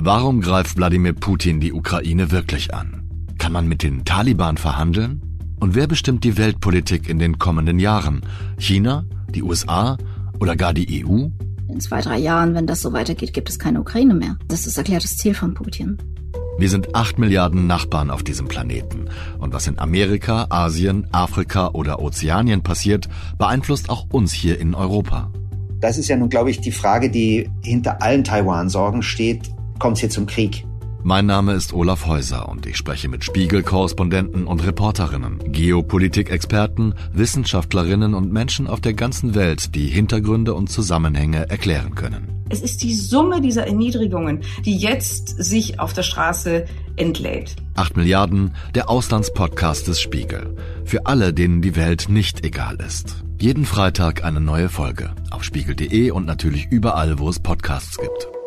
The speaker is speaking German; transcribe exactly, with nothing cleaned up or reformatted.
Warum greift Wladimir Putin die Ukraine wirklich an? Kann man mit den Taliban verhandeln? Und wer bestimmt die Weltpolitik in den kommenden Jahren? China, die U S A oder gar die E U? In zwei, drei Jahren, wenn das so weitergeht, gibt es keine Ukraine mehr. Das ist das erklärtes Ziel von Putin. Wir sind acht Milliarden Nachbarn auf diesem Planeten. Und was in Amerika, Asien, Afrika oder Ozeanien passiert, beeinflusst auch uns hier in Europa. Das ist ja nun, glaube ich, die Frage, die hinter allen Taiwan-Sorgen steht. Kommt es hier zum Krieg? Mein Name ist Olaf Häuser und ich spreche mit Spiegel-Korrespondenten und Reporterinnen, Geopolitik-Experten, Wissenschaftlerinnen und Menschen auf der ganzen Welt, die Hintergründe und Zusammenhänge erklären können. Es ist die Summe dieser Erniedrigungen, die jetzt sich auf der Straße entlädt. Acht Milliarden, der Auslandspodcast des Spiegel. Für alle, denen die Welt nicht egal ist. Jeden Freitag eine neue Folge. Auf spiegel punkt de und natürlich überall, wo es Podcasts gibt.